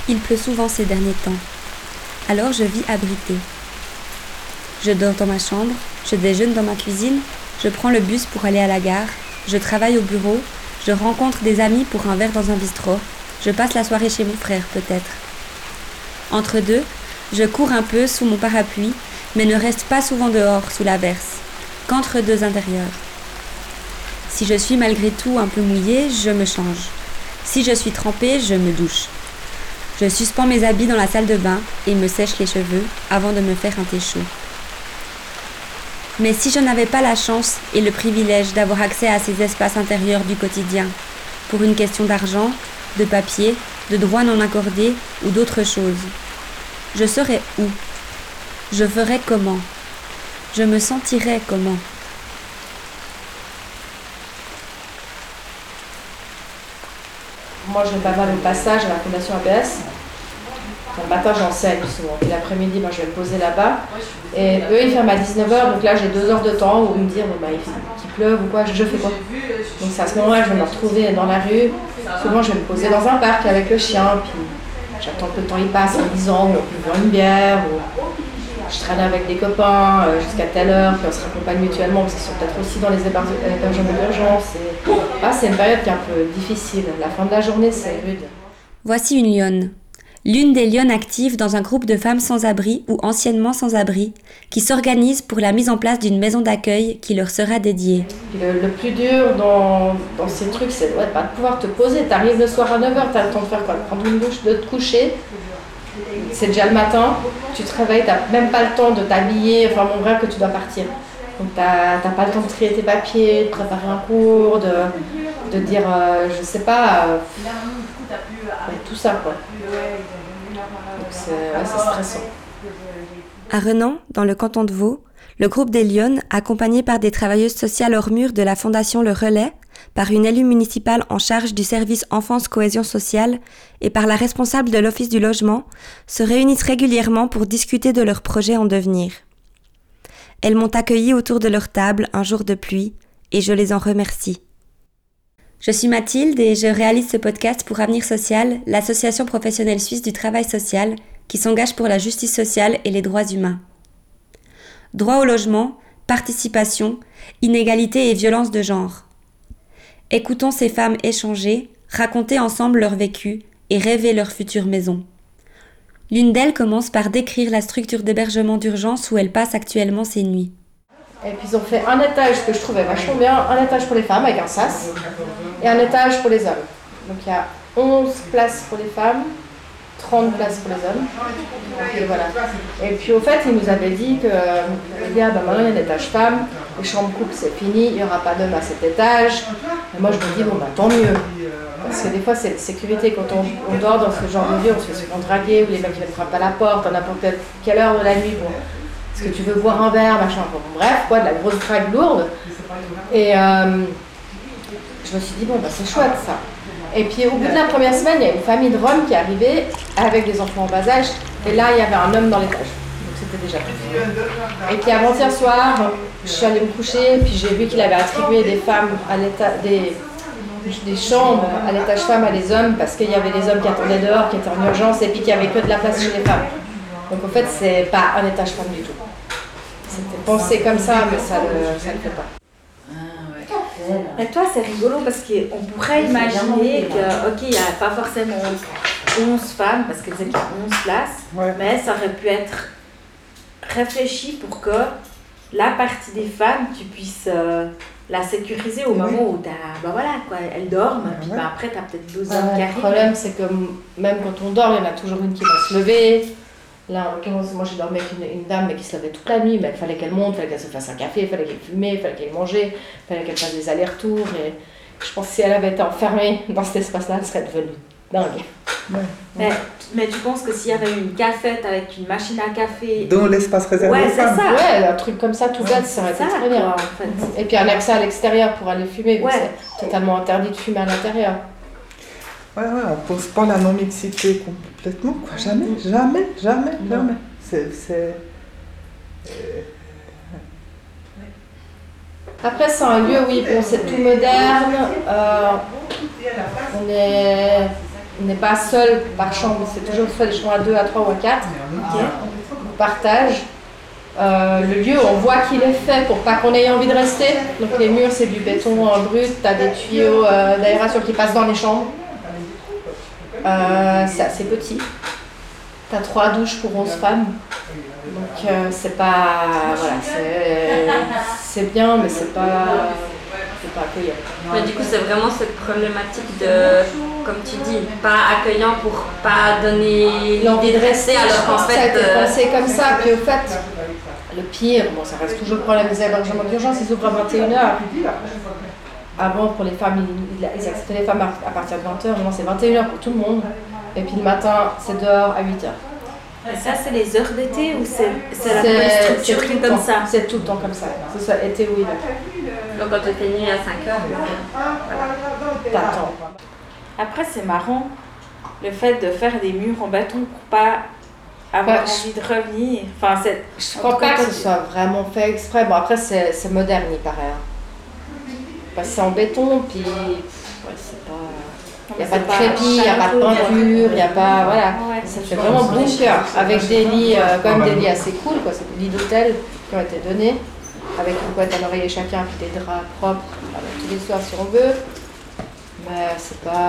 Il pleut souvent ces derniers temps. Alors je vis abritée. Je dors dans ma chambre, je déjeune dans ma cuisine, je prends le bus pour aller à la gare, je travaille au bureau, je rencontre des amis pour un verre dans un bistrot, je passe la soirée chez mon frère peut-être. Entre deux, je cours un peu sous mon parapluie, mais ne reste pas souvent dehors sous l'averse, qu'entre deux intérieurs. Si je suis malgré tout un peu mouillée, je me change. Si je suis trempée, je me douche. Je suspends mes habits dans la salle de bain et me sèche les cheveux avant de me faire un thé chaud. Mais si je n'avais pas la chance et le privilège d'avoir accès à ces espaces intérieurs du quotidien, pour une question d'argent, de papier, de droits non accordés ou d'autres choses, je serais où? Je ferais comment? Je me sentirais comment? Moi, je vais pas mal au passage à la Fondation ABS. Le matin, j'enseigne souvent. Et l'après-midi, moi, je vais me poser là-bas. Et eux, ils ferment à 19h. Donc là, j'ai 2 heures de temps où me dire bon, bah, qu'il pleuve ou quoi, je fais quoi. Donc c'est à ce moment-là que je vais me retrouver dans la rue. Souvent, je vais me poser dans un parc avec le chien. Puis j'attends que le temps il passe en lisant ou en buvant une bière. Ou je traîne avec des copains jusqu'à telle heure. Puis on se raccompagne mutuellement parce qu'ils sont peut-être aussi dans les hébergements d'urgence. C'est une période qui est un peu difficile. La fin de la journée, c'est rude. Voici une lionne. L'une des lionnes actives dans un groupe de femmes sans-abri ou anciennement sans-abri qui s'organisent pour la mise en place d'une maison d'accueil qui leur sera dédiée. Le plus dur dans ces trucs, c'est de pouvoir te poser. Tu arrives le soir à 9h, tu as le temps de faire quoi? De prendre une douche, de te coucher. C'est déjà le matin, tu te réveilles, tu n'as même pas le temps de t'habiller, enfin mon vrai que tu dois partir. Donc tu n'as pas le temps de trier tes papiers, de préparer un cours, de dire, je sais pas, tout ça quoi. Donc c'est stressant. À Renan, dans le canton de Vaud, le groupe des Lyonnes, accompagné par des travailleuses sociales hors murs de la Fondation Le Relais, par une élue municipale en charge du service enfance cohésion sociale et par la responsable de l'office du logement, se réunissent régulièrement pour discuter de leurs projets en devenir. Elles m'ont accueillie autour de leur table un jour de pluie et je les en remercie. Je suis Mathilde et je réalise ce podcast pour Avenir Social, l'association professionnelle suisse du travail social qui s'engage pour la justice sociale et les droits humains. Droit au logement, participation, inégalité et violence de genre. Écoutons ces femmes échanger, raconter ensemble leur vécu et rêver leur future maison. L'une d'elles commence par décrire la structure d'hébergement d'urgence où elle passe actuellement ses nuits. Et puis ils ont fait un étage que je trouvais vachement bien, un étage pour les femmes avec un sas et un étage pour les hommes. Donc il y a 11 places pour les femmes, 30 places pour les hommes. Et voilà. Et puis au fait, ils nous avaient dit que maintenant il y a un étage femmes, les chambres couples c'est fini, il n'y aura pas d'hommes à cet étage. Et moi je me dis tant mieux. Parce que des fois c'est sécurité, quand on dort dans ce genre de lieu, on se fait souvent draguer, ou les mecs viennent frapper à la porte à n'importe quelle heure de la nuit. Bon. Est-ce que tu veux boire un verre, machin, bref, de la grosse drague lourde. Et je me suis dit, c'est chouette ça. Et puis au bout de la première semaine, il y a une famille de Roms qui est arrivée avec des enfants en bas âge. Et là, il y avait un homme dans l'étage. Donc c'était déjà tout. Et puis avant-hier soir, je suis allée me coucher, puis j'ai vu qu'il avait attribué des femmes à des chambres à l'étage femmes à des hommes, parce qu'il y avait des hommes qui attendaient dehors, qui étaient en urgence, et puis qu'il n'y avait que de la place chez les femmes. Donc en fait, c'est pas un étage femme du tout. C'était pensé comme ça, mais ça le fait pas. Et toi, c'est rigolo parce qu'on pourrait imaginer il n'y a pas forcément 11 femmes, parce que c'est qu'il y a 11 places, mais ça aurait pu être réfléchi pour que la partie des femmes, tu puisses la sécuriser au moment où elles dorment, puis après tu as peut-être 12 hommes qui arrivent. Le problème, c'est que même quand on dort, il y en a toujours une qui va se lever. Là, en l'occurrence, moi j'ai dormi avec une dame mais qui se levait toute la nuit, mais il fallait qu'elle monte, il fallait qu'elle se fasse un café, il fallait qu'elle fume, il fallait qu'elle mange, il fallait qu'elle fasse des allers-retours. Et je pense que si elle avait été enfermée dans cet espace-là, elle serait devenue dingue. Mais tu penses que s'il y avait eu une cafette avec une machine à café... Dans l'espace réservé aux femmes. C'est ça. Ouais, un truc comme ça, tout bête, ça aurait été très bien. En fait. Et puis un accès à l'extérieur pour aller fumer, c'est totalement interdit de fumer à l'intérieur. Ouais, on pose pas la non-mixité complètement, quoi. Jamais. Après, c'est un lieu, c'est tout moderne. On n'est pas seul par chambre, c'est toujours soit des chambres à 2, à 3 ou à 4. On partage. Le lieu, on voit qu'il est fait pour pas qu'on ait envie de rester. Donc les murs, c'est du béton brut, tu as des tuyaux d'aération qui passent dans les chambres. C'est assez petit. Tu as 3 douches pour 11 femmes. Donc c'est pas... Voilà, c'est bien, mais c'est pas accueillant. Mais du coup, c'est vraiment cette problématique de, comme tu dis, pas accueillant pour pas donner l'envie de rester, alors qu'en fait... Ça a été pensé comme ça, puis au fait, le pire, bon, ça reste toujours le problème des hébergements d'urgence, ils ouvrent à 21h. Avant, pour les femmes, ils acceptaient les femmes à partir de 20h, maintenant c'est 21h pour tout le monde. Et puis le matin, c'est dehors à 8h. Et ça, c'est les heures d'été ou c'est la structure qui est comme ça? C'est tout le temps comme ça, que ce soit été ou hiver. Donc quand tu fais nuit à 5h, t'attends. Après, c'est marrant, le fait de faire des murs en béton pour pas avoir envie de revenir. Enfin, je crois pas que ce soit vraiment fait exprès. Bon, après, c'est moderne, il paraît. Parce que c'est en béton, puis c'est pas... Il n'y a pas de crépi, il n'y a pas de peinture, il n'y a pas... Voilà, ça fait vraiment bunker, avec des lits, quand même des lits assez cool, quoi. C'est des lits d'hôtel qui ont été donnés, avec une couette à l'oreiller chacun, puis des draps propres, tous les soirs si on veut. Mais c'est pas...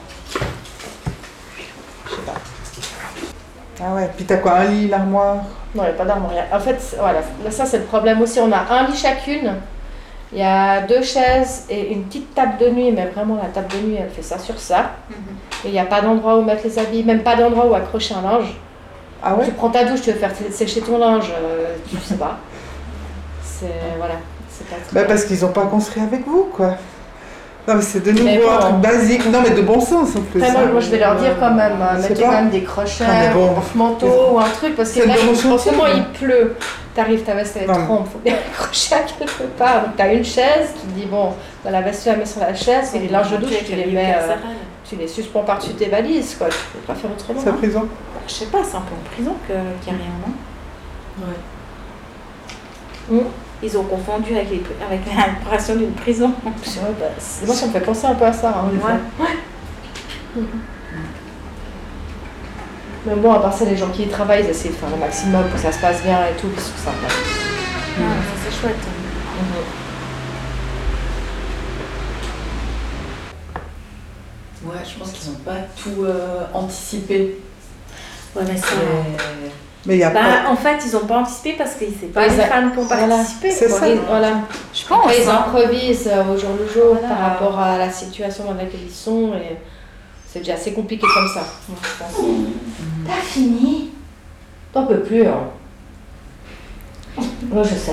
Je sais pas. Ah ouais, puis t'as quoi, un lit, une armoire? Non, il n'y a pas d'armoire. En fait, voilà, là, ça c'est le problème aussi. On a un lit chacune. Il y a 2 chaises et une petite table de nuit, mais vraiment la table de nuit, elle fait ça sur ça. Et il n'y a pas d'endroit où mettre les habits, même pas d'endroit où accrocher un linge. Ah ouais? Tu prends ta douche, tu veux faire sécher ton linge, tu sais pas. Voilà, c'est pas très... Parce qu'ils n'ont pas construit avec vous, quoi. Non, mais c'est de nouveau bon, un truc basique, non mais de bon sens en plus. Après, moi je vais leur dire quand même, mettez quand même des crochets, un manteau ou un truc, parce que là, en ce moment il pleut. T'arrives, ta veste elle est trempe, faut bien accrocher à quelque part. Donc t'as une chaise, tu te dis bon, la veste tu la mets sur la chaise, et les linges de douche tu les mets, tu les suspends par-dessus tes valises, quoi. Tu peux pas faire autrement. C'est la prison? Je sais pas, c'est un peu en prison qu'il n'y a rien, non? Ouais. Ils ont confondu avec l'impression d'une prison. C'est vrai, moi ça me fait penser un peu à ça. Ouais. Mais bon, à part ça, les gens qui y travaillent, ils essaient de faire le maximum pour que ça se passe bien et tout, ils sont sympas. Ça c'est chouette. Ouais, je pense qu'ils n'ont pas tout anticipé. Ouais, mais ça... Mais y a pas... En fait, ils n'ont pas anticipé parce que c'est pas les femmes qui ont participé. C'est ça. Voilà. Je pense. Après, ils improvisent au jour le jour par rapport à la situation dans laquelle ils sont. Et c'est déjà assez compliqué comme ça, moi, je pense. T'as fini? T'en peux plus, hein. Moi, je sais.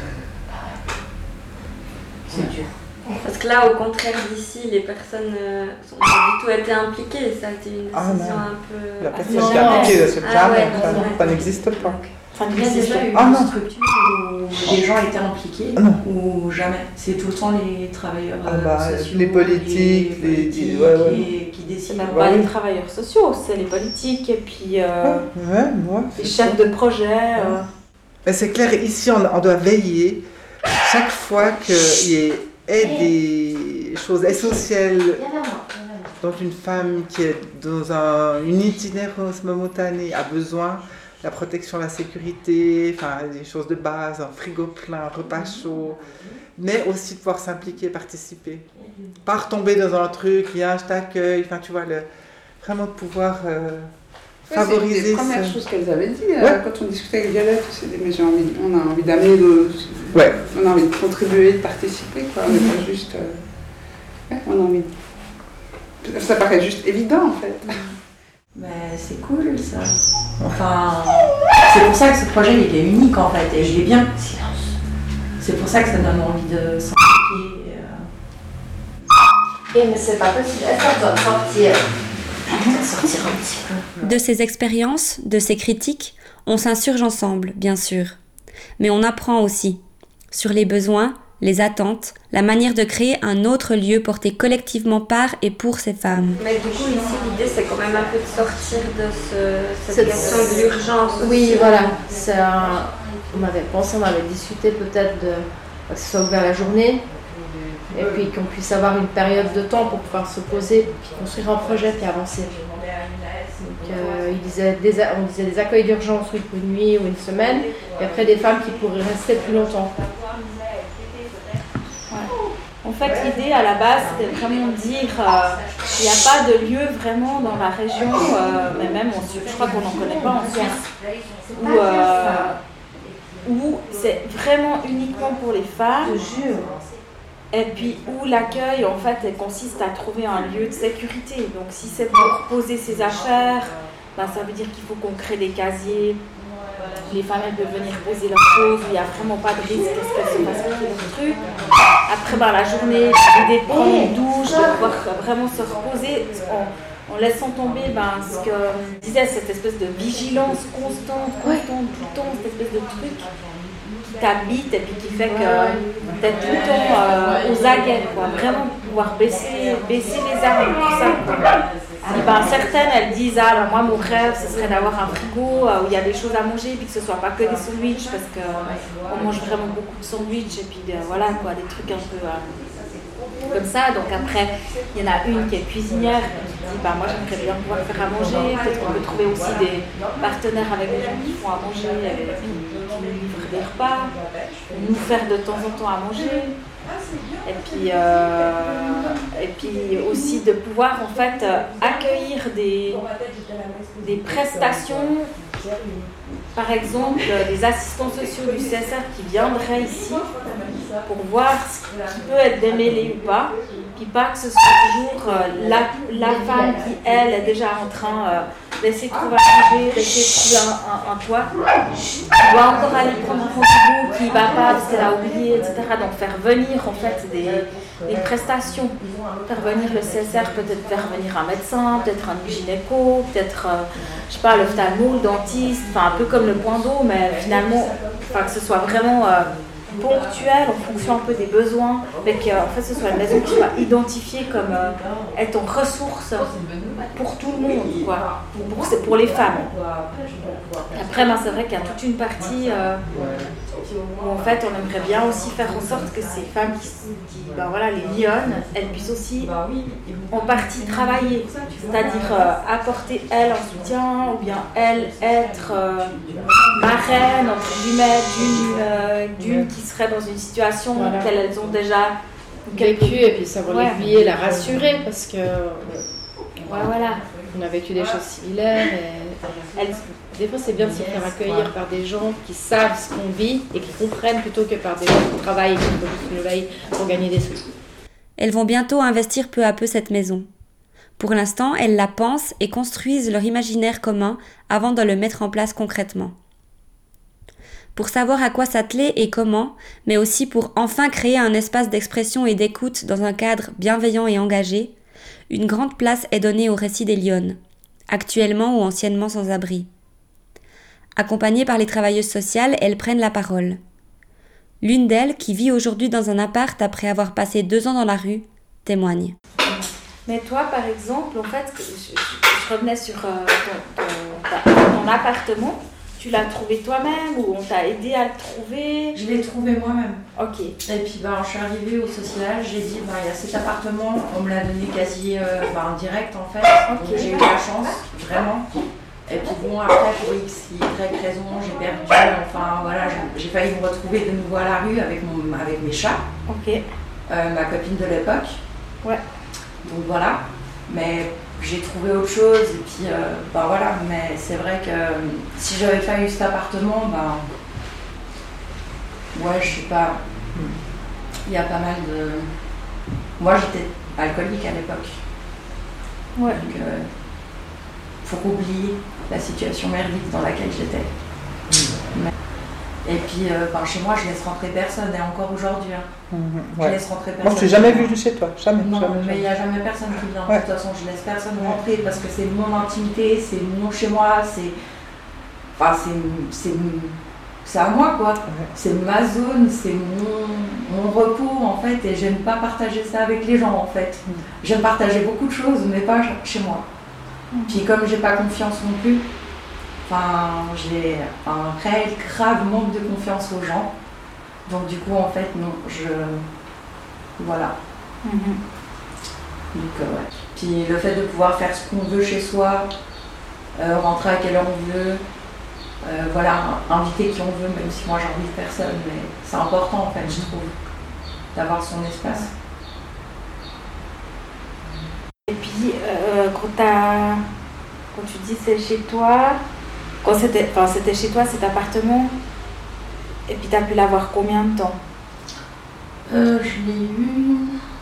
C'est dur. Parce que là, au contraire d'ici, les personnes n'ont pas du tout été impliquées. Ça a été une décision un peu... La personne qui a impliquée, c'est jamais, ça n'existe pas. Ça n'existe déjà eu une structure où les gens étaient impliqués ou jamais? C'est tout le temps les travailleurs sociaux, les politiques, qui décident. C'est même pas les travailleurs sociaux, c'est les politiques et puis les chefs de projet. Mais c'est clair, ici on doit veiller chaque fois qu'il y ait des choses essentielles dont une femme qui est dans une itinérance momentanée a besoin. La protection, la sécurité, enfin des choses de base, un frigo plein, un repas chaud, mais aussi de pouvoir s'impliquer, participer. Pas retomber dans un truc, viens, je t'accueille, enfin tu vois, vraiment de pouvoir favoriser. C'est les premières choses qu'elles avaient dit quand on discutait avec Violette, c'est mais on a envie d'amener, on a envie de contribuer, de participer, quoi. On n'est pas juste, on a envie. Ça paraît juste évident en fait. Mais c'est cool ça. Enfin, c'est pour ça que ce projet il est unique en fait, et je l'ai bien. Silence. C'est pour ça que ça donne envie de s'impliquer. Mais c'est pas possible, elle doit sortir. Sortir un petit peu. De ces expériences, de ces critiques, on s'insurge ensemble, bien sûr. Mais on apprend aussi sur les besoins, les attentes, la manière de créer un autre lieu porté collectivement par et pour ces femmes. Mais du coup, ici, l'idée, c'est quand même un peu de sortir de cette question de l'urgence. Oui, voilà. On avait discuté peut-être que ce soit ouvert la journée, et puis qu'on puisse avoir une période de temps pour pouvoir se poser, puis construire un projet, puis avancer. Donc, on disait des accueils d'urgence, oui, pour une nuit ou une semaine, et après des femmes qui pourraient rester plus longtemps. En fait, l'idée à la base, c'était vraiment de dire qu'il n'y a pas de lieu vraiment dans la région, mais même je crois qu'on n'en connaît pas en Suisse, où c'est vraiment uniquement pour les femmes. Et puis où l'accueil, en fait, elle consiste à trouver un lieu de sécurité. Donc si c'est pour poser ses affaires, ben, ça veut dire qu'il faut qu'on crée des casiers. Les femmes, elles peuvent venir poser leurs choses, il n'y a vraiment pas de risque à ce qu'elles se fassent piquer leur truc. Après, ben, la journée, l'idée de prendre une douche, de pouvoir vraiment se reposer en laissant tomber ce que je disais, cette espèce de vigilance constante, tout le temps, cette espèce de truc qui t'habite et puis qui fait que tu es tout le temps aux aguets, quoi. Vraiment pouvoir baisser les armes, tout ça, quoi. Et certaines, elles disent moi mon rêve ce serait d'avoir un frigo où il y a des choses à manger puis que ce soit pas que des sandwichs parce qu'on mange vraiment beaucoup de sandwichs et puis voilà quoi, des trucs un peu comme ça. Donc après il y en a une qui est cuisinière qui dit moi j'aimerais bien pouvoir faire à manger, peut-être qu'on peut trouver aussi des partenaires avec des gens qui font à manger et qui nous livrent des repas, nous faire de temps en temps à manger. Et puis aussi de pouvoir en fait accueillir des prestations, par exemple des assistants sociaux du CSR qui viendraient ici pour voir ce qui peut être démêlé ou pas, puis pas que ce soit toujours la femme qui elle est déjà en train d'essayer de trouver à manger, d'essayer de trouver un toit, qui doit encore aller prendre un rendez-vous, qui ne va pas parce qu'elle a oublié, etc. Donc faire venir en fait des prestations, faire venir le CSR, peut-être faire venir un médecin, peut-être un gynéco, peut-être, je sais pas, l'ophtalmo, le dentiste, enfin un peu comme le point d'eau, mais finalement, que ce soit vraiment ponctuel en fonction un peu des besoins, mais qu'en fait ce soit une maison qui soit identifiée comme étant ressource pour tout le monde, quoi, pour les femmes. Après, c'est vrai qu'il y a toute une partie où en fait on aimerait bien aussi faire en sorte que ces femmes les lionnes, elles puissent aussi en partie travailler, c'est-à-dire apporter elles un soutien ou bien elles être marraine entre guillemets d'une qui serait dans une situation qu'elles ont déjà vécu et puis savoir l'aiguiller, la rassurer parce que voilà. On a vécu des choses similaires et des fois c'est bien de se faire accueillir par des gens qui savent ce qu'on vit et qui comprennent plutôt que par des gens qui travaillent et qui font une veille pour gagner des sous. Elles vont bientôt investir peu à peu cette maison. Pour l'instant, elles la pensent et construisent leur imaginaire commun avant de le mettre en place concrètement. Pour savoir à quoi s'atteler et comment, mais aussi pour enfin créer un espace d'expression et d'écoute dans un cadre bienveillant et engagé, une grande place est donnée au récit des lionnes, actuellement ou anciennement sans abri. Accompagnées par les travailleuses sociales, elles prennent la parole. L'une d'elles, qui vit aujourd'hui dans un appart après avoir passé 2 ans dans la rue, témoigne. Mais toi, par exemple, en fait, je revenais sur ton appartement. Tu l'as trouvé toi-même ou on t'a aidé à le trouver? Je l'ai trouvé moi-même. Ok. Et puis je suis arrivée au social, j'ai dit il y a cet appartement, on me l'a donné quasi en direct en fait. Okay. Donc j'ai eu la chance, vraiment. Et puis après pour X, Y raison, j'ai perdu, j'ai failli me retrouver de nouveau à la rue avec mes chats. Ok. Ma copine de l'époque. Ouais. Donc voilà. Mais j'ai trouvé autre chose et puis mais c'est vrai que si j'avais pas eu cet appartement, je sais pas, il y a pas mal de... Moi j'étais alcoolique à l'époque. Ouais. Donc faut oublier la situation merdique dans laquelle j'étais. Et puis chez moi je laisse rentrer personne et encore aujourd'hui. Je laisse rentrer personne. Moi je t'ai jamais vu chez toi, jamais. Non, mais il n'y a jamais personne qui vient. De toute façon je laisse personne rentrer parce que c'est mon intimité, c'est mon chez moi, c'est à moi quoi. C'est ma zone, c'est mon repos en fait et j'aime pas partager ça avec les gens en fait. J'aime partager beaucoup de choses mais pas chez moi. Puis comme j'ai pas confiance non plus, j'ai un réel grave manque de confiance aux gens. Donc du coup, en fait, non, voilà. Donc ouais. Puis le fait de pouvoir faire ce qu'on veut chez soi, rentrer à quelle heure on veut, voilà, inviter qui on veut, même si moi j'invite personne, mais c'est important en fait, je trouve, d'avoir son espace. Et puis quand tu dis c'est chez toi, quand c'était chez toi cet appartement, et puis tu as pu l'avoir combien de temps? Je l'ai eu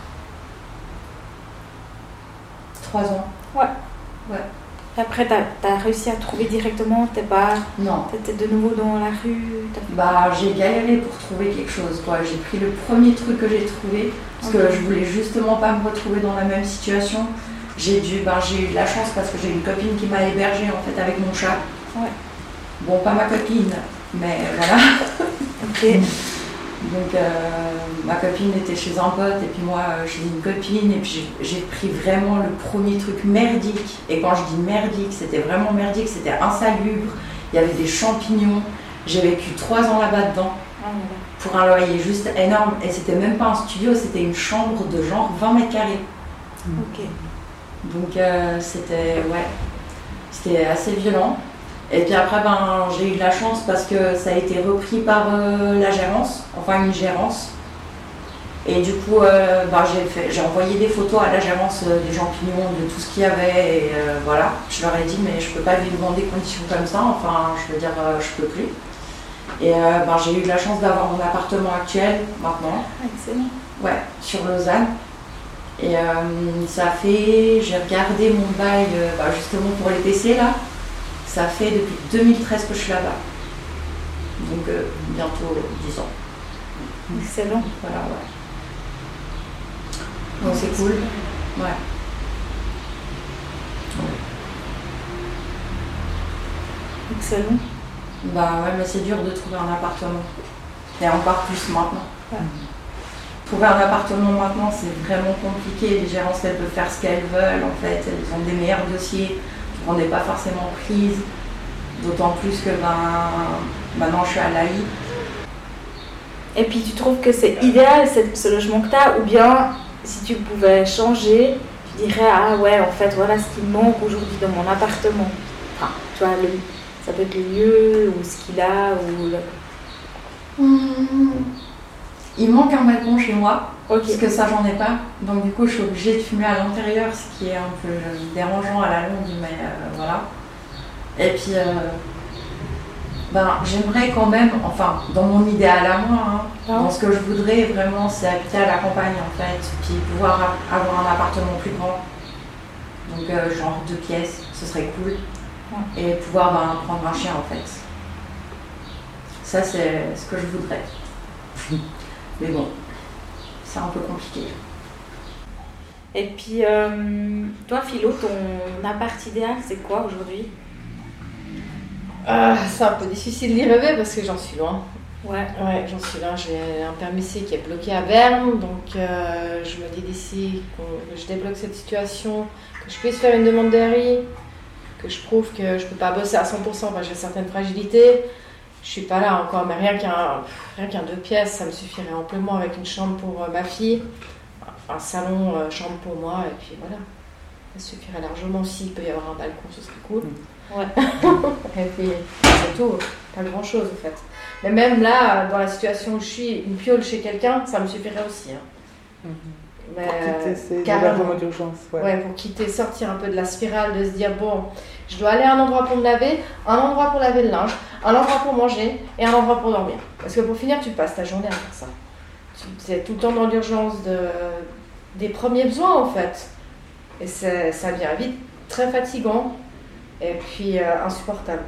3 ans. Ouais. Ouais. Et après, t'as réussi à trouver directement, Non. T'étais de nouveau dans la rue? Bah, j'ai galéré pour trouver quelque chose, quoi. J'ai pris le premier truc que j'ai trouvé, parce que je voulais justement pas me retrouver dans la même situation. J'ai eu de la chance parce que j'ai une copine qui m'a hébergée en fait avec mon chat. Ouais. Bon, pas ma copine, mais voilà. Ok. Donc ma copine était chez un pote et puis moi chez une copine et puis j'ai pris vraiment le premier truc merdique. Et quand je dis merdique, c'était vraiment merdique, c'était insalubre, il y avait des champignons. J'ai vécu 3 ans là-bas dedans pour un loyer juste énorme et c'était même pas un studio, c'était une chambre de genre 20 mètres carrés. Ok. Donc c'était assez violent. Et puis après, j'ai eu de la chance parce que ça a été repris par la gérance, enfin une gérance. Et du coup, j'ai envoyé des photos à la gérance des champignons, de tout ce qu'il y avait. Et voilà, je leur ai dit, mais je peux pas vivre dans des conditions comme ça, enfin, je veux dire, je peux plus. Et j'ai eu de la chance d'avoir mon appartement actuel maintenant. Excellent. Ouais, sur Lausanne. Et j'ai regardé mon bail justement pour les PC là. Ça fait depuis 2013 que je suis là-bas. Donc bientôt 10 ans. Excellent. Voilà, ouais. Donc c'est cool. Ouais. Excellent. Bah ouais, mais c'est dur de trouver un appartement. Et encore plus maintenant. Ouais. Trouver un appartement maintenant, c'est vraiment compliqué. Les gérances, elles peuvent faire ce qu'elles veulent en fait. Elles ont des meilleurs dossiers. On n'est pas forcément prise, d'autant plus que maintenant je suis à l'AI. Et puis tu trouves que c'est idéal ce logement que tu as, ou bien si tu pouvais changer, tu dirais ah ouais en fait voilà ce qui me manque aujourd'hui dans mon appartement. Enfin, tu vois, ça peut être le lieu ou ce qu'il a ou Il manque un balcon chez moi. Okay. Parce que ça j'en ai pas, donc du coup je suis obligée de fumer à l'intérieur, ce qui est un peu dérangeant à la longue, mais voilà. Et puis j'aimerais quand même, enfin dans mon idéal à moi, dans ce que je voudrais vraiment c'est habiter à la campagne en fait, puis pouvoir avoir un appartement plus grand, donc genre 2 pièces, ce serait cool, et pouvoir prendre un chien en fait. Ça c'est ce que je voudrais. Mais bon. C'est un peu compliqué. Et puis, toi, Philo, ton appart idéal, c'est quoi aujourd'hui? C'est un peu difficile d'y rêver parce que j'en suis loin. Ouais, j'en suis loin. J'ai un permis C qui est bloqué à Berne. Donc, je me dis d'ici que je débloque cette situation, que je puisse faire une demande de RI, que je prouve que je ne peux pas bosser à 100%, j'ai certaines fragilités. Je suis pas là encore, mais rien qu'un 2 pièces, ça me suffirait amplement avec une chambre pour ma fille, un salon, chambre pour moi, et puis voilà. Ça suffirait largement. S'il peut y avoir un balcon, ce serait cool. Ouais. Et puis c'est tout, pas grand chose en fait. Mais même là, dans la situation où je suis, une piole chez quelqu'un, ça me suffirait aussi. Mais, pour quitter ces hébergements d'urgence. Ouais, pour quitter, sortir un peu de la spirale, de se dire bon, je dois aller à un endroit pour me laver, un endroit pour laver le linge, un endroit pour manger et un endroit pour dormir. Parce que pour finir, tu passes ta journée à faire ça. Tu es tout le temps dans l'urgence des premiers besoins en fait. Et ça devient vite très fatigant et puis insupportable.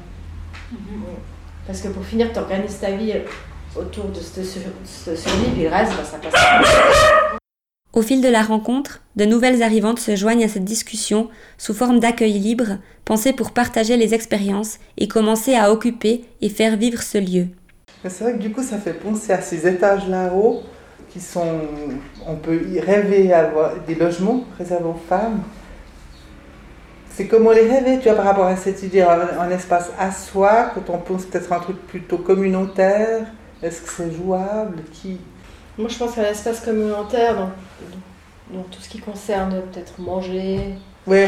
Parce que pour finir, tu organises ta vie autour de ce survie, puis le reste, ça passe. Au fil de la rencontre, de nouvelles arrivantes se joignent à cette discussion sous forme d'accueil libre, pensé pour partager les expériences et commencer à occuper et faire vivre ce lieu. C'est vrai que du coup, ça fait penser à ces étages là-haut qui sont... On peut y rêver avoir des logements réservés aux femmes. C'est comment les rêver, tu vois, par rapport à cette idée, un espace à soi, quand on pense peut-être un truc plutôt communautaire, Est-ce que c'est jouable? Moi, je pense qu'un espace communautaire, dans tout ce qui concerne peut-être manger, Ouais.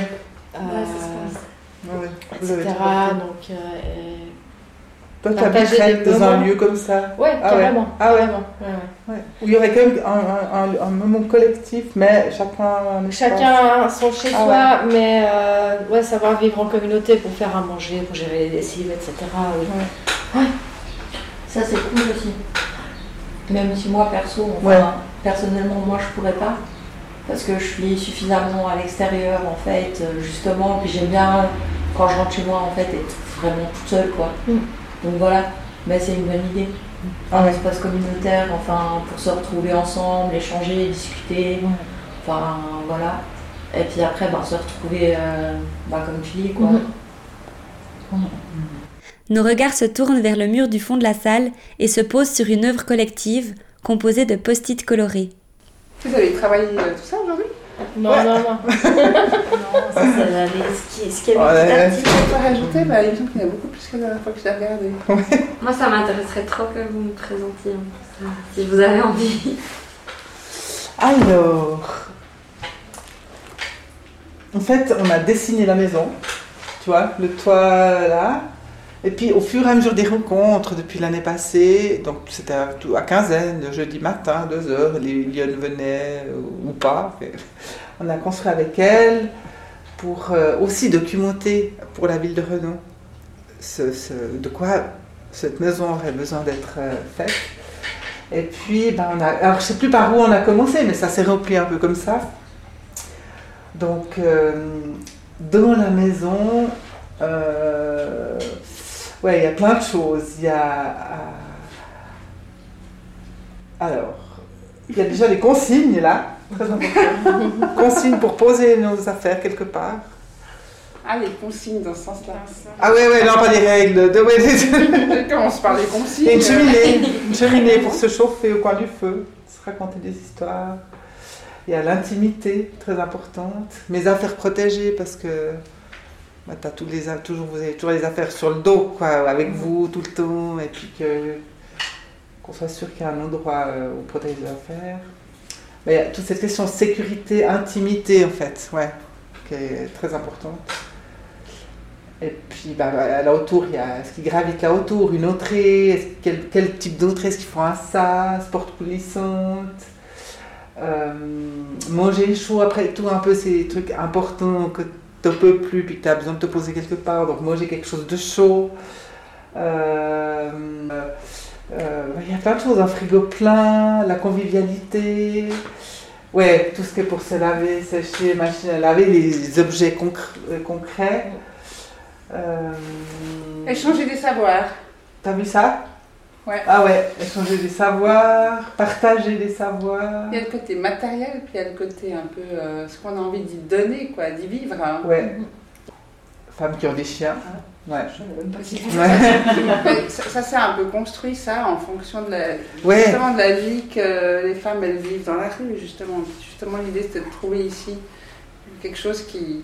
etc. Donc, toi, tu habiterais dans un lieu comme ça? Ouais, carrément. Carrément. Ouais. Où il y aurait quand même un moment collectif, mais chacun son chez-soi, mais savoir vivre en communauté pour faire à manger, pour gérer les lessives, etc. Oui. Ouais. Ça, c'est cool aussi. Même si moi, personnellement, moi, je pourrais pas. Parce que je suis suffisamment à l'extérieur, en fait, justement. Puis j'aime bien, quand je rentre chez moi, en fait, être vraiment toute seule, quoi. Donc voilà. Mais c'est une bonne idée. Un espace communautaire, enfin, pour se retrouver ensemble, échanger, discuter. Enfin, voilà. Et puis après, se retrouver, comme tu dis, quoi. Nos regards se tournent vers le mur du fond de la salle et se posent sur une œuvre collective composée de post-it colorés. Vous avez travaillé tout ça aujourd'hui? Non. Non, ça va aller. Ce qui est petit tu peux pas rajouter, il me semble qu'il y en a beaucoup plus que la dernière fois que je l'ai regardé. Moi, ça m'intéresserait trop que vous me présentiez, si vous avez envie. Alors, en fait, on a dessiné la maison, tu vois, le toit là. Et puis au fur et à mesure des rencontres depuis l'année passée, donc c'était à quinzaine, le jeudi matin, 2h, les Lyon venaient ou pas. On a construit avec elle pour aussi documenter pour la ville de Renon de quoi cette maison aurait besoin d'être faite. Et puis, alors je ne sais plus par où on a commencé, mais ça s'est rempli un peu comme ça. Donc, dans la maison... il y a plein de choses. Alors, il y a déjà des consignes là, très importantes. Consignes pour poser nos affaires quelque part. Ah, les consignes dans ce sens-là. Ah non, pas des règles. Je commence par les consignes. Et une cheminée pour se chauffer au coin du feu, se raconter des histoires. Il y a l'intimité, très importante. Mes affaires protégées parce que vous avez toujours les affaires sur le dos, quoi, avec vous tout le temps, et puis qu'on soit sûr qu'il y a un endroit où protéger les affaires. Mais il y a toute cette question de sécurité, intimité, en fait, qui est très importante. Et puis là autour, il y a ce qui gravite là autour, une entrée, quel type d'entrée, est-ce qu'il faut un sas, porte coulissante, manger chaud, après tout, un peu ces trucs importants que tu ne peux plus, puis que tu as besoin de te poser quelque part, donc manger quelque chose de chaud. Il y a plein de choses, un frigo plein, la convivialité, tout ce qui est pour se laver, sécher, machine à laver, les objets concrets. Échanger des savoirs. T'as vu ça? Ouais. Ah ouais, échanger des savoirs, partager des savoirs. Il y a le côté matériel, puis il y a le côté un peu ce qu'on a envie d'y donner, quoi, d'y vivre. Hein. Ouais. Femmes qui ont des chiens. Ouais. Ça c'est un peu construit ça en fonction de justement de la vie que les femmes elles vivent dans la rue justement. Justement l'idée c'était de trouver ici quelque chose qui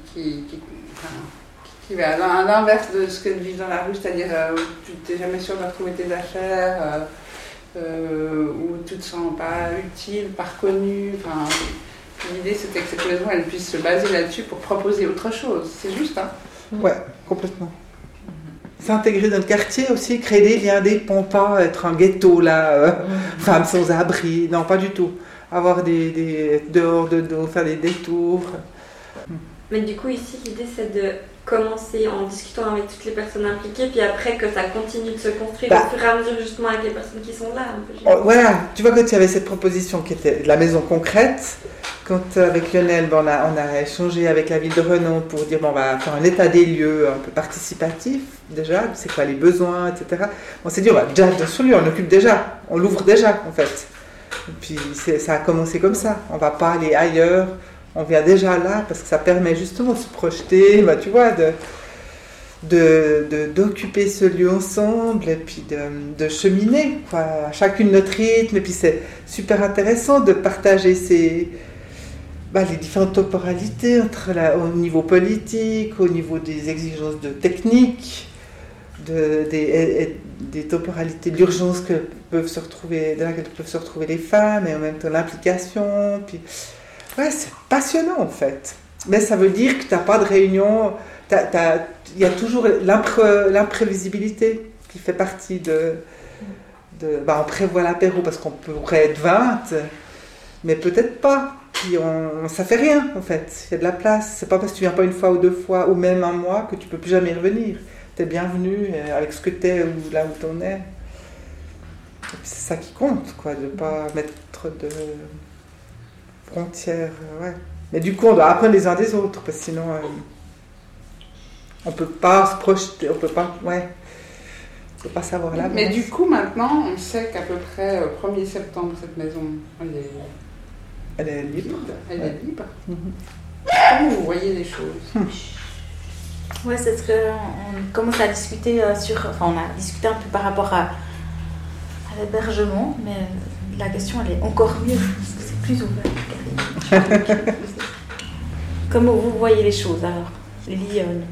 va à l'inverse de ce que de vivre dans la rue, c'est-à-dire où tu n'es jamais sûr de retrouver tes affaires, où tu ne te sens pas utile, pas reconnu. L'idée c'était que cette maison elle puisse se baser là-dessus pour proposer autre chose. C'est juste, hein? Ouais, complètement. S'intégrer dans le quartier aussi, créer des liens, des ponts, pas être un ghetto là, femmes sans abri, non pas du tout. Avoir des dehors de dos, faire des détours. Mais du coup ici l'idée c'est de commencer en discutant avec toutes les personnes impliquées, puis après que ça continue de se construire au fur et à mesure justement avec les personnes qui sont là. Voilà, tu vois quand il y avait cette proposition qui était de la maison concrète, quand avec Lionel on a échangé avec la ville de Renon pour dire on va faire un état des lieux un peu participatif déjà, c'est quoi les besoins, etc. On s'est dit on va déjà sur lui, on l'occupe déjà, on l'ouvre déjà en fait. Et puis ça a commencé comme ça, on va pas aller ailleurs. On vient déjà là parce que ça permet justement de se projeter, tu vois, d'occuper ce lieu ensemble et puis de cheminer, quoi, chacune notre rythme. Et puis c'est super intéressant de partager les différentes temporalités au niveau politique, au niveau des exigences de technique, des temporalités d'urgence dans laquelle peuvent se retrouver les femmes, et en même temps l'implication. Puis, ouais, c'est passionnant en fait. Mais ça veut dire que tu n'as pas de réunion, il y a toujours l'imprévisibilité qui fait partie on prévoit l'apéro parce qu'on pourrait être 20, mais peut-être pas. Puis ça fait rien en fait, il y a de la place. C'est pas parce que tu viens pas une fois ou 2 fois ou même un mois que tu peux plus jamais revenir. T'es bienvenu avec ce que t'es ou là où t'en es. C'est ça qui compte, quoi, de pas mettre de frontières. Ouais. Mais du coup, on doit apprendre les uns des autres, parce que sinon, on peut pas se projeter, on peut pas savoir là. Mais du coup, maintenant, on sait qu'à peu près 1er septembre, cette maison, elle est libre. Elle est libre. Comment vous voyez les choses? Ouais, c'est ce qu'on commence à discuter on a discuté un peu par rapport à l'hébergement, mais la question elle est encore mieux parce que c'est plus ouvert. Comment vous voyez les choses alors, Lyon?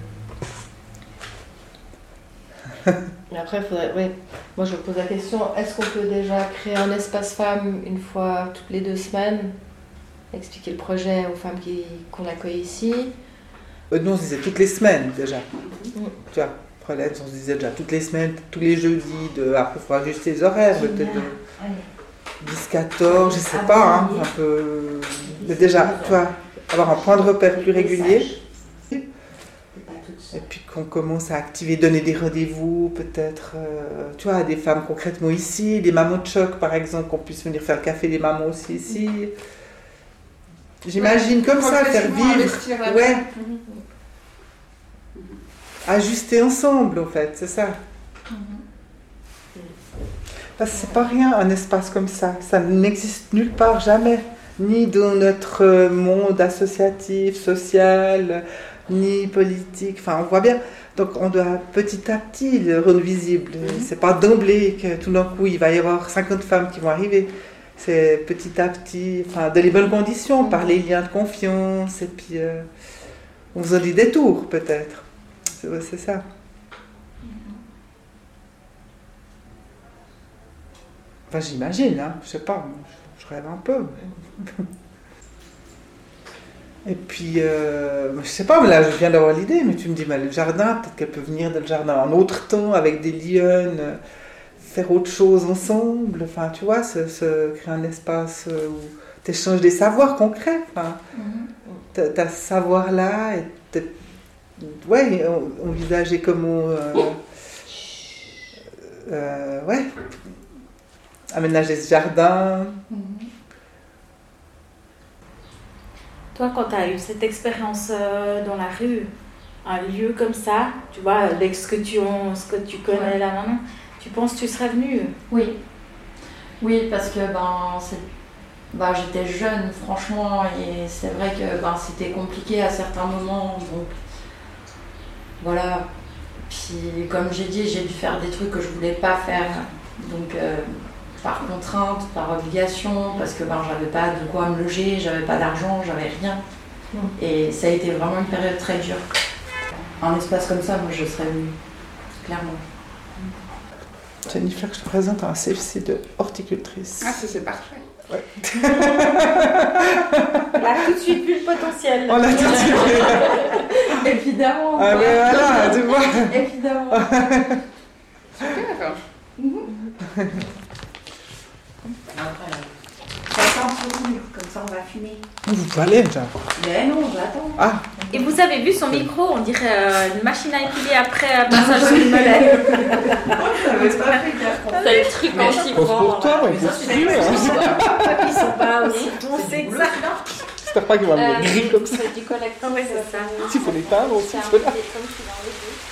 Mais après, moi je me pose la question, est-ce qu'on peut déjà créer un espace femmes une fois toutes les 2 semaines, expliquer le projet aux femmes qu'on accueille ici? Nous, on se disait toutes les semaines déjà. Tu vois, Prolène, on se disait déjà toutes les semaines, tous les jeudis. Après, il faut ajuster les horaires, peut-être de 10-14, je sais pas. Hein, un peu. Mais déjà, tu vois, avoir un point de repère plus régulier. Et puis qu'on commence à activer, donner des rendez-vous, peut-être, tu vois, à des femmes concrètement ici, des mamans de choc, par exemple, qu'on puisse venir faire le café des mamans aussi ici. J'imagine comme ça, faire vivre. Ouais. Ajuster ensemble, en fait, c'est ça. Parce que c'est pas rien, un espace comme ça. Ça n'existe nulle part, jamais. Ni dans notre monde associatif, social, ni politique. Enfin, on voit bien. Donc, on doit petit à petit le rendre visible. C'est pas d'emblée que tout d'un coup, il va y avoir 50 femmes qui vont arriver. C'est petit à petit, dans les bonnes conditions, par les liens de confiance, et puis on faisant des détours peut-être. C'est ça. Enfin, j'imagine, hein, je sais pas, je rêve un peu. Et puis, je sais pas, mais là je viens d'avoir l'idée, mais tu me dis, le jardin, peut-être qu'elle peut venir dans le jardin en autre temps, avec des lionnes. Faire autre chose ensemble, enfin tu vois, créer un espace où tu échanges des savoirs concrets, t'as ce savoir-là, et envisager comment aménager ce jardin. Toi, quand tu as eu cette expérience dans la rue, un lieu comme ça, tu vois, avec ce que tu connais là maintenant, tu penses que tu serais venue? Oui. Oui, parce que j'étais jeune, franchement, et c'est vrai que c'était compliqué à certains moments. Donc, voilà. Puis, comme j'ai dit, j'ai dû faire des trucs que je voulais pas faire. Donc, par contrainte, par obligation, parce que j'avais pas de quoi me loger, j'avais pas d'argent, j'avais rien. Et ça a été vraiment une période très dure. Un espace comme ça, moi, je serais venue, clairement. Jennifer, je te présente un CFC de horticultrice. Ah, ça c'est parfait. Ouais. Elle a tout de suite vu le potentiel. On l'a tout de suite vu. Évidemment. Ah mais voilà, tu vois. Évidemment. Super. Après, ça sent un peu mûr, comme ça on va fumer. Vous pouvez aller déjà. Mais non, j'attends. Ah. Et vous avez vu son micro, on dirait une machine à épiler après un passage sur une molette. C'est le truc anti-vent. Pour toi, mais c'est sûr. Ils sont pas aussi foncés que ça. J'espère pas qu'ils vont me griller comme ça. C'est du collectif. Oui, c'est ça. S'il faut les teindre aussi, c'est ceux-là. comme je suis dans les deux.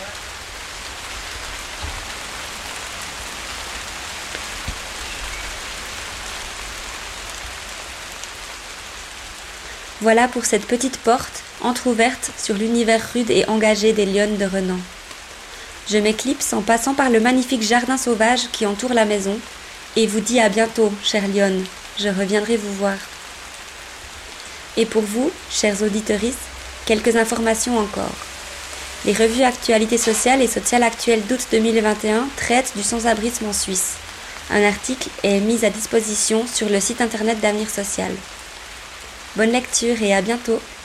Voilà pour cette petite porte, entr'ouverte sur l'univers rude et engagé des lionnes de Renan. Je m'éclipse en passant par le magnifique jardin sauvage qui entoure la maison et vous dis à bientôt, chère lionne, je reviendrai vous voir. Et pour vous, chers auditrices, quelques informations encore. Les revues Actualité sociale et Sociale actuelle d'août 2021 traitent du sans-abrisme en Suisse. Un article est mis à disposition sur le site internet d'Avenir Social. Bonne lecture et à bientôt!